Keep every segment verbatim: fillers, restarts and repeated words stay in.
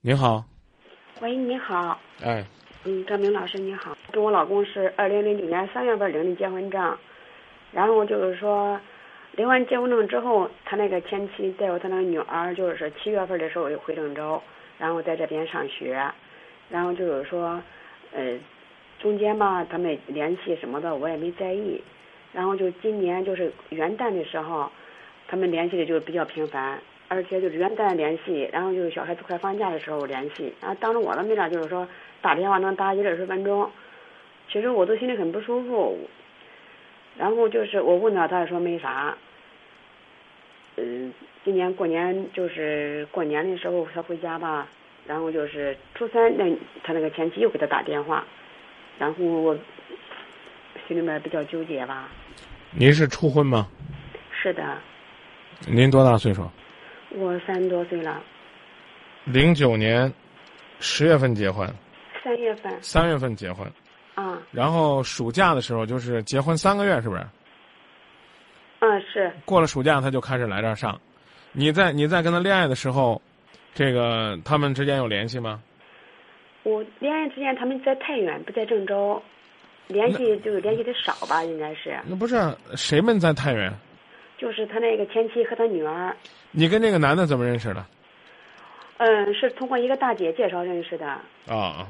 您好。 喂，你好。 哎。 嗯，张明老师你好。跟我老公是二零零九年三月份领的结婚证，然后就是说，领完结婚证之后，他那个前妻带着他那个女儿，就是说七月份的时候回郑州，然后在这边上学，然后就是说，呃，中间吧他们联系什么的我也没在意，然后就今年就是元旦的时候，他们联系的就比较频繁。而且就是元旦联系，然后就是小孩子快放假的时候联系，然后当着我的面就是说打电话能打一二十分钟，其实我都心里很不舒服。然后就是我问他，他也说没啥。嗯、呃，今年过年就是过年的时候他回家吧，然后就是初三那他那个前妻又给他打电话，然后我心里面比较纠结吧。 您是初婚吗？ 是的。 您多大岁数？ 我三十多岁了。 零九年十月份结婚。 三月份。 三月份结婚。 啊。 然后暑假的时候就是结婚三个月，是不是？ 嗯，是。 过了暑假他就开始来这儿上。你在你在跟他恋爱的时候，这个他们之间有联系吗？ 我恋爱之前他们在太原，不在郑州，联系就是联系的少吧，应该是。 那不是谁们在太原？ 就是他那个前妻和他女儿。 你跟这个男的怎么认识的？ 嗯，是通过一个大姐介绍认识的。 啊、哦。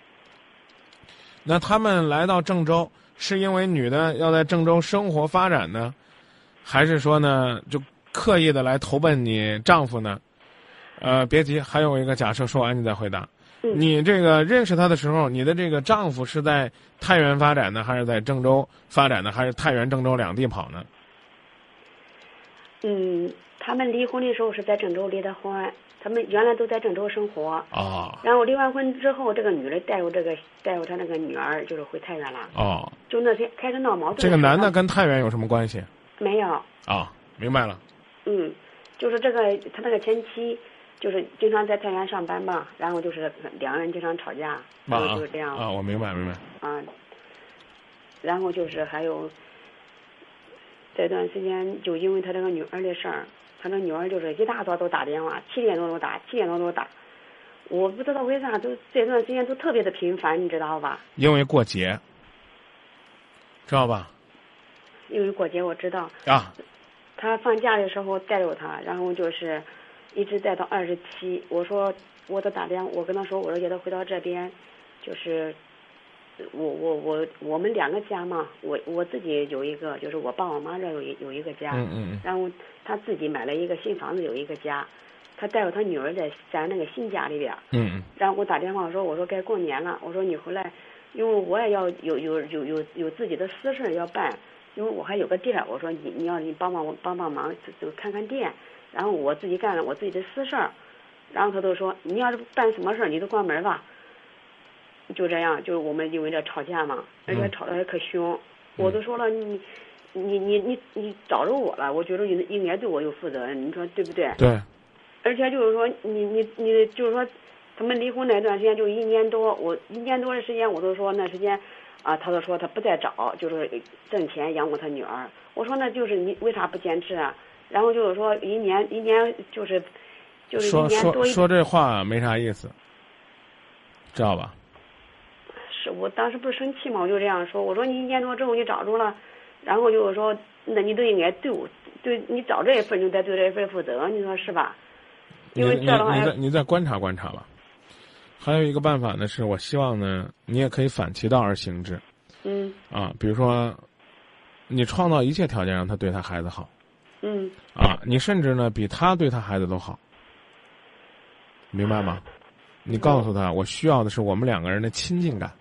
那他们来到郑州，是因为女的要在郑州生活发展呢，还是说呢就刻意的来投奔你丈夫呢？呃，别急，还有一个假设说完你再回答。 嗯、 你这个认识他的时候，你的这个丈夫是在太原发展呢，还是在郑州发展呢，还是太原、郑州两地跑呢？ 嗯，他们离婚的时候是在郑州离的婚，他们原来都在郑州生活。 哦。 然后离完婚之后，这个女的带着这个带着她那个女儿，就是回太原了。 哦。 就那天开始闹矛盾。 这个男的跟太原有什么关系？ 没有。 啊、哦，明白了。 嗯，就是这个他那个前妻，就是经常在太原上班嘛，然后就是两个人经常吵架，然后就是这样。 啊，啊我明白明白。 啊，然后就是还有。这段时间就因为他这个女儿的事儿，他那女儿就是一大早都打电话，七点多都打，七点多都打，我不知道为啥都这段时间都特别的频繁，你知道吧？ 因为过节，知道吧？ 因为过节我知道。 啊。 他放假的时候带着他，然后就是一直带到二十七。我说我都打电话，我跟他说，我说叫他回到这边，就是。我我我我们两个家嘛，我我自己有一个，就是我爸我妈这有一有一个家， 嗯嗯， 然后他自己买了一个新房子，有一个家，他带着他女儿在咱那个新家里边， 嗯嗯， 然后我打电话说，我说该过年了，我说你回来，因为我也要有有有有有自己的私事要办，因为我还有个店，我说你你要你帮帮我帮帮忙，就看看店，然后我自己干了我自己的私事儿，然后他都说你要是办什么事儿你都关门吧。就这样，就是我们因为这吵架嘛，而且吵得还可凶。嗯、我都说了，你你你你你找着我了，我觉得你应该对我有负责任，你说对不对？ 对。 而且就是说，你你你就是说，他们离婚那段时间就一年多，我一年多的时间，我都说那时间，啊，他都说他不再找，就是挣钱养活他女儿。我说那就是你为啥不坚持啊？然后就是说一年一年就是就是一年多一。 说说说这话没啥意思，知道吧？ 我当时不是生气嘛，我就这样说，我说你一年多之后你找着了，然后就是说，那你都应该对我对你找这一份就得对这一份负责，你说是吧？因为这的话， 你再你再观察观察吧。还有一个办法呢，是我希望呢，你也可以反其道而行之。 嗯。 啊，比如说，你创造一切条件让他对他孩子好。 嗯。 啊，你甚至呢比他对他孩子都好，明白吗？你告诉他，我需要的是我们两个人的亲近感。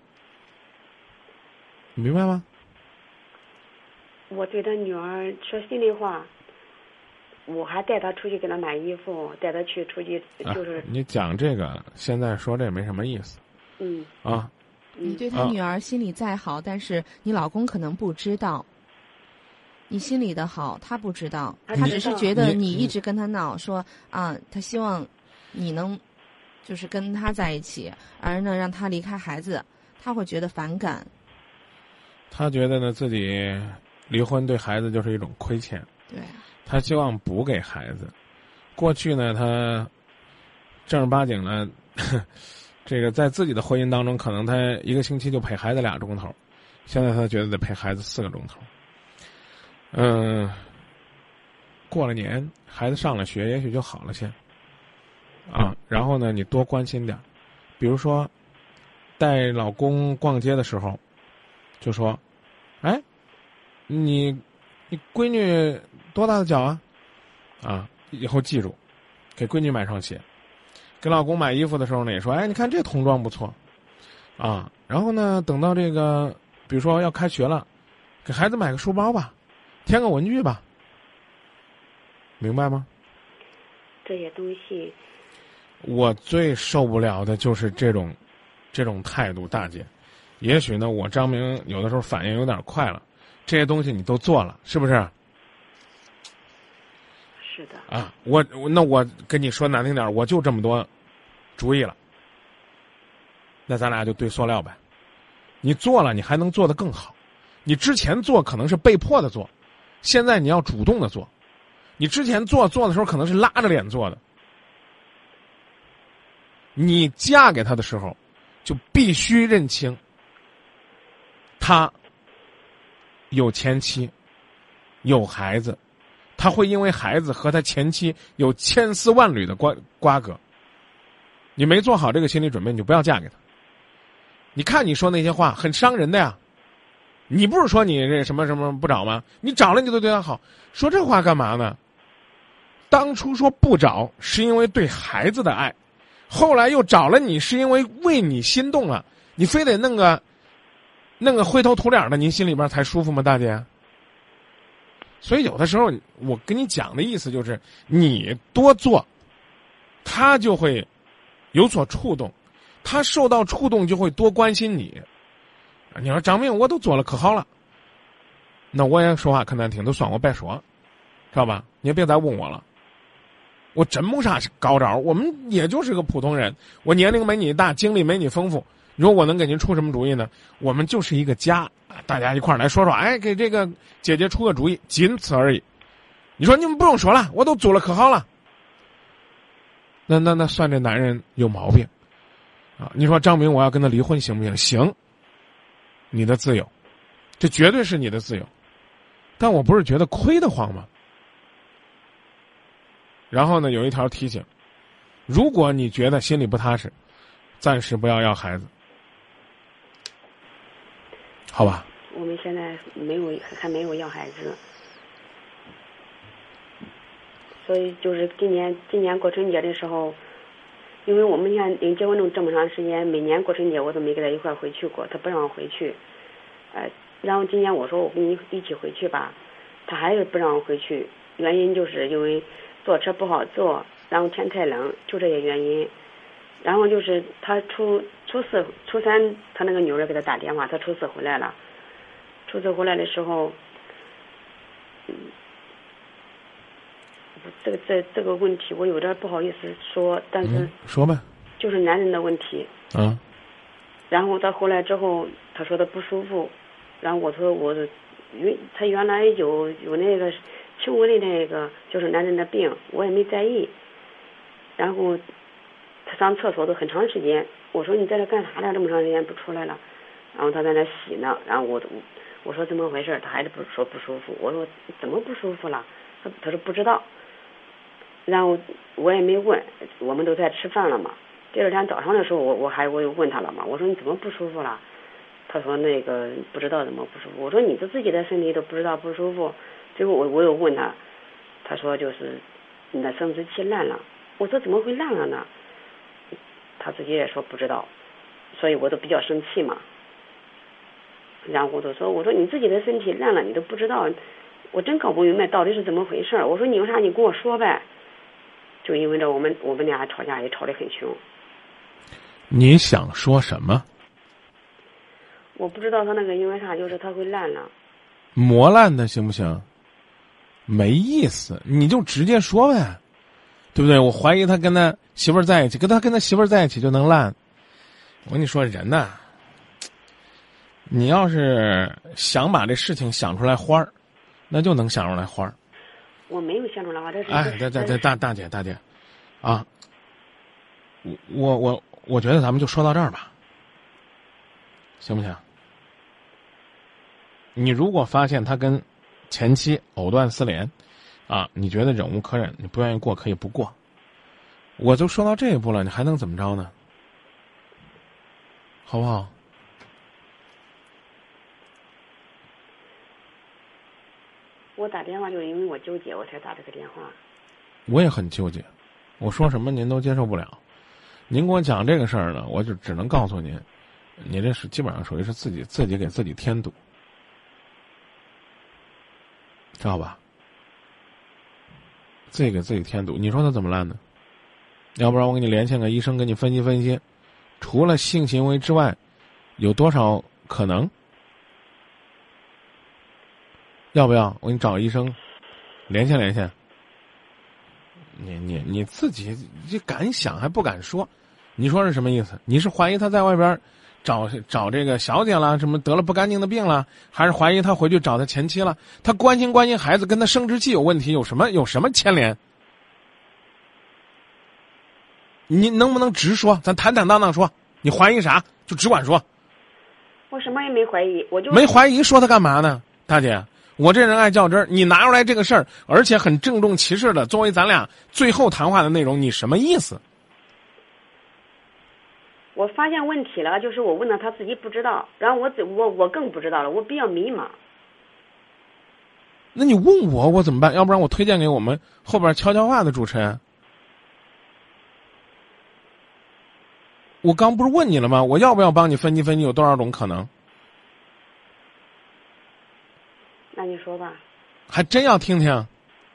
明白吗？ 我对他女儿说心里话，我还带他出去给他买衣服，带他去出去就是、 啊。你讲这个，现在说这没什么意思。 嗯。 啊。 你对他女儿心里再好，啊、但是你老公可能不知道，你心里的好他不知道，他只是觉得你一直跟他闹，说啊，他希望你能就是跟他在一起，而呢让他离开孩子，他会觉得反感。 他觉得呢，自己离婚对孩子就是一种亏欠， 对， 他希望补给孩子。过去呢，他正儿八经呢这个在自己的婚姻当中，可能他一个星期就陪孩子俩钟头，现在他觉得得陪孩子四个钟头。嗯，过了年，孩子上了学，也许就好了些。啊，然后呢，你多关心点，比如说，带老公逛街的时候，就说，哎，你你闺女多大的脚啊？啊，以后记住，给闺女买双鞋。给老公买衣服的时候呢，也说，哎，你看这童装不错，啊，然后呢，等到这个，比如说要开学了，给孩子买个书包吧，添个文具吧，明白吗？ 这些东西， 我最受不了的就是这种，这种态度，大姐。也许呢，我张明有的时候反应有点快了，这些东西你都做了，是不是？ 是的。 啊，我那我跟你说难听点，我就这么多主意了。那咱俩就对塑料呗。你做了，你还能做得更好。你之前做可能是被迫的做，现在你要主动的做。你之前做做的时候可能是拉着脸做的。你嫁给他的时候，就必须认清，他有前妻，有孩子。他会因为孩子和他前妻有千丝万缕的瓜瓜葛，你没做好这个心理准备，你就不要嫁给他。你看你说那些话很伤人的呀，你不是说你这什么什么不找吗？你找了你就得对他好，说这话干嘛呢？当初说不找是因为对孩子的爱，后来又找了你是因为为你心动了，你非得弄个弄个灰头土脸的，您心里边才舒服吗，大姐？所以有的时候我跟你讲的意思就是，你多做，他就会有所触动，他受到触动就会多关心你。你说张明我都做了可好了，那我也说话可难听，都算我白说，知道吧？你也别再问我了，我真没啥高招，我们也就是个普通人，我年龄没你大，经历没你丰富，你说我能给您出什么主意呢？我们就是一个家，大家一块儿来说说，哎，给这个姐姐出个主意，仅此而已。你说你们不用说了，我都做了可好了。那那那算这男人有毛病啊！你说张明我要跟他离婚行不行？行，你的自由，这绝对是你的自由。但我不是觉得亏得慌吗？然后呢，有一条提醒：如果你觉得心里不踏实，暂时不要要孩子，好吧？ 我们现在没有，还没有要孩子，所以就是今年今年过春节的时候，因为我们现在领结婚证这么长时间，每年过春节我都没跟他一块回去过，他不让我回去，呃，然后今年我说我跟你一起回去吧，他还是不让我回去，原因就是因为坐车不好坐，然后天太冷，就这些原因。然后就是他初初四初三，他那个女儿给他打电话，他初四回来了。初次回来的时候，嗯，这个这这个问题我有点不好意思说，但是、 嗯、说吧， 就是男人的问题。 嗯。 然后他回来之后，他说他不舒服，然后我说我，原他原来有有那个轻微的那个就是男人的病，我也没在意。然后他上厕所都很长时间，我说你在这干啥呢？这么长时间不出来了？然后他在那洗呢，然后我我说怎么回事？他还是不说不舒服。我说怎么不舒服了？他他说不知道。然后我也没问，我们都在吃饭了嘛。第二天早上的时候，我我还我又问他了嘛，我说你怎么不舒服了？他说那个不知道怎么不舒服。我说你的自己的身体都不知道不舒服。最后我我又问他，他说就是你的生殖器烂了。我说怎么会烂了呢？他自己也说不知道，所以我都比较生气嘛。然后我就说，我说你自己的身体烂了，你都不知道，我真搞不明白到底是怎么回事。我说你有啥你跟我说呗。就因为这我们我们俩吵架也吵得很凶。 你想说什么？ 我不知道他那个因为啥，就是他会烂了。 磨烂的行不行？没意思，你就直接说呗，对不对？我怀疑他跟他媳妇儿在一起，跟他跟他媳妇儿在一起就能烂。我跟你说，人呐，你要是想把这事情想出来花儿，那就能想出来花儿。 我没有想出来花，这是哎，这这这大大姐大姐，啊，我我我觉得咱们就说到这儿吧，行不行？你如果发现他跟前妻藕断丝连，啊，你觉得忍无可忍，你不愿意过可以不过。我就说到这一步了，你还能怎么着呢？好不好？ 我打电话就是因为我纠结，我才打这个电话。 我也很纠结，我说什么您都接受不了。您给我讲这个事儿呢，我就只能告诉您，你这是基本上属于是自己自己给自己添堵，知道吧？自己给自己添堵，你说他怎么烂呢？要不然我给你连线个医生，给你分析分析，除了性行为之外，有多少可能？要不要我给你找个医生连线连线？你你你自己这敢想还不敢说，你说是什么意思？你是怀疑他在外边找找这个小姐了，什么得了不干净的病了，还是怀疑他回去找他前妻了？他关心关心孩子，跟他生殖器有问题有什么有什么牵连？你能不能直说？咱坦坦荡荡说，你怀疑啥就只管说。 我什么也没怀疑，我就没怀疑，说他干嘛呢？大姐，我这人爱较真儿，你拿出来这个事儿，而且很郑重其事的作为咱俩最后谈话的内容，你什么意思？ 我发现问题了，就是我问了他自己不知道，然后我我我更不知道了，我比较迷茫。 那你问我，我怎么办？要不然我推荐给我们后边悄悄话的主持人。我刚不是问你了吗？我要不要帮你分析分析有多少种可能？ 那你说吧。 还真要听听。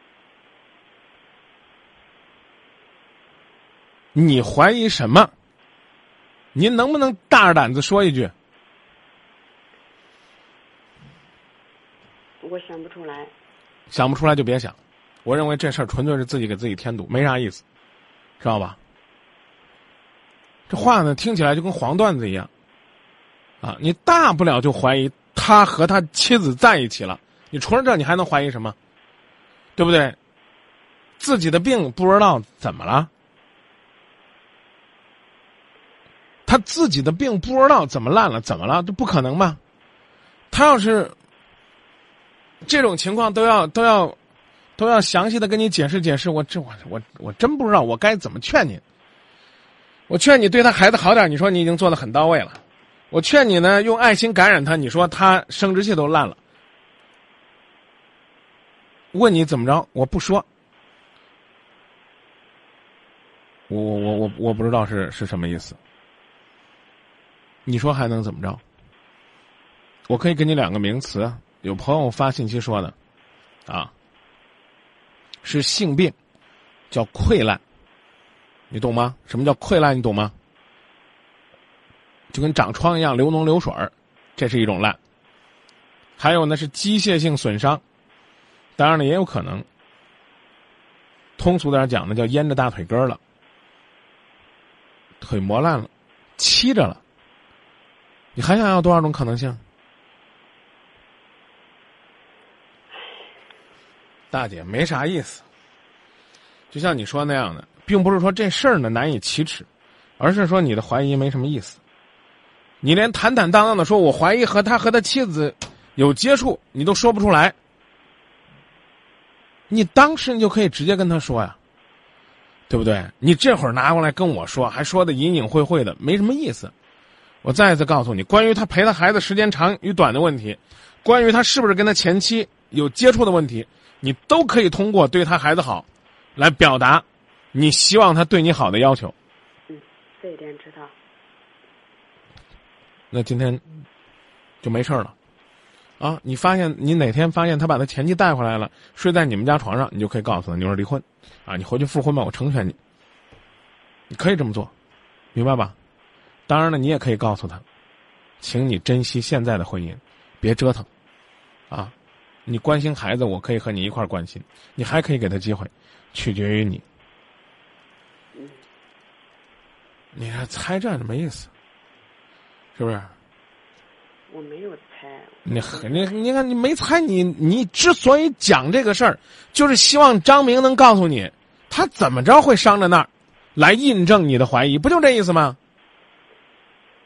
你怀疑什么？您能不能大着胆子说一句？ 我想不出来。 想不出来就别想。我认为这事儿纯粹是自己给自己添堵，没啥意思，知道吧？这话呢听起来就跟黄段子一样，啊，你大不了就怀疑他和他妻子在一起了，你除了这你还能怀疑什么？对不对？自己的病不知道怎么了，他自己的病不知道怎么烂了，怎么了？这不可能吧？他要是这种情况都要都要都要详细的跟你解释解释，我这我我我真不知道我该怎么劝你。我劝你对他孩子好点，你说你已经做得很到位了。我劝你呢，用爱心感染他，你说他生殖器都烂了。问你怎么着，我不说。我我我我我不知道是是什么意思。你说还能怎么着？我可以给你两个名词，有朋友发信息说的，啊，是性病，叫溃烂。你懂吗？什么叫溃烂？你懂吗？就跟长疮一样，流脓流水儿，这是一种烂。还有呢是机械性损伤，当然了也有可能，通俗点讲呢叫淹着大腿根儿了，腿磨烂了，漆着了。你还想要多少种可能性？大姐没啥意思，就像你说那样的。并不是说这事儿呢难以启齿，而是说你的怀疑没什么意思。你连坦坦荡荡的说我怀疑和他和他妻子有接触，你都说不出来。你当时你就可以直接跟他说呀，对不对？你这会儿拿过来跟我说，还说的隐隐晦晦的，没什么意思。我再一次告诉你，关于他陪他孩子时间长与短的问题，关于他是不是跟他前妻有接触的问题，你都可以通过对他孩子好来表达你希望他对你好的要求。 嗯，这一点知道。 那今天就没事了，啊！你发现你哪天发现他把他前妻带回来了，睡在你们家床上，你就可以告诉他，你说离婚，啊，你回去复婚吧，我成全你。你可以这么做，明白吧？当然了，你也可以告诉他，请你珍惜现在的婚姻，别折腾，啊！你关心孩子，我可以和你一块儿关心，你还可以给他机会，取决于你。你还猜这没意思，是不是？ 我没有猜。 你你你看你没猜，你你之所以讲这个事儿，就是希望张明能告诉你，他怎么着会伤着那儿，来印证你的怀疑，不就这意思吗？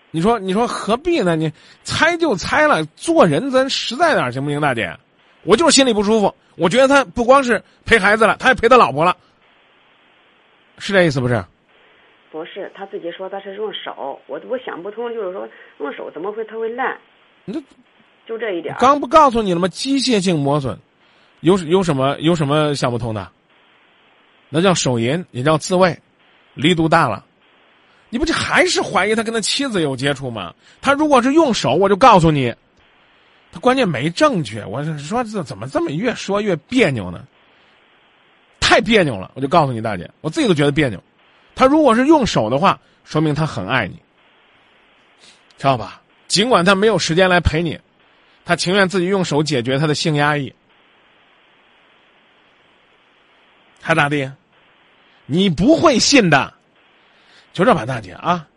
你说你说何必呢？你猜就猜了，做人咱实在点行不行，大姐？我就是心里不舒服，我觉得他不光是陪孩子了，他还陪他老婆了，是这意思不是？ 不是，他自己说他是用手，我我想不通，就是说用手怎么会他会烂？ 你这就这一点。 刚不告诉你了吗？机械性磨损，有有什么有什么想不通的？那叫手淫，也叫自慰，力度大了。你不这还是怀疑他跟他妻子有接触吗？他如果是用手，我就告诉你，他关键没证据。我是说这怎么这么越说越别扭呢？太别扭了，我就告诉你大姐，我自己都觉得别扭。他如果是用手的话，说明他很爱你，知道吧？尽管他没有时间来陪你，他情愿自己用手解决他的性压抑。还咋地？你不会信的，就这吧，大姐啊。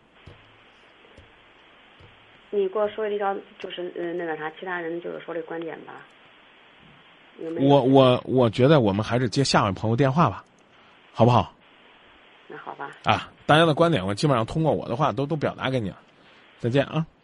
你给我说一条，就是呃那个啥，其他人就是说的观点吧。有没有？ 我我我觉得我们还是接下位朋友电话吧，好不好？ 那好吧。 啊，大家的观点我基本上通过我的话都都表达给你了。再见啊。